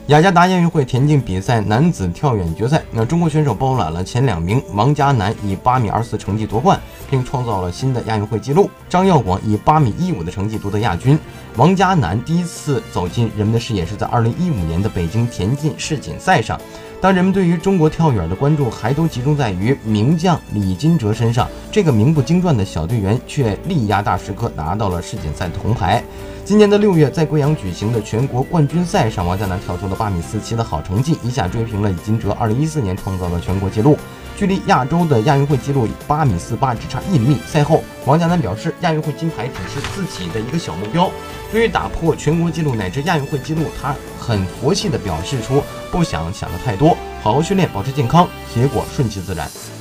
雅加达亚运会田径比赛男子跳远决赛，中国选手包揽了前2名，王嘉男以8米24成绩夺冠，并创造了新的亚运会纪录。张耀广以8米15的成绩夺得亚军。王嘉男第一次走进人们的视野是在2015年的北京田径世锦赛上。当人们对于中国跳远的关注还都集中在于名将李金哲身上，这个名不经传的小队员却力压大师哥拿到了世锦赛铜牌。今年的6月，在贵阳举行的全国冠军赛上，王嘉男跳出了8米47的好成绩，一下追平了李金哲2014年创造的全国纪录，距离亚洲的亚运会纪录8米48只差1厘米。赛后，王嘉男表示，亚运会金牌只是自己的一个小目标。对于打破全国纪录乃至亚运会纪录，他很佛系地表示出不想的太多，好好训练，保持健康，结果顺其自然。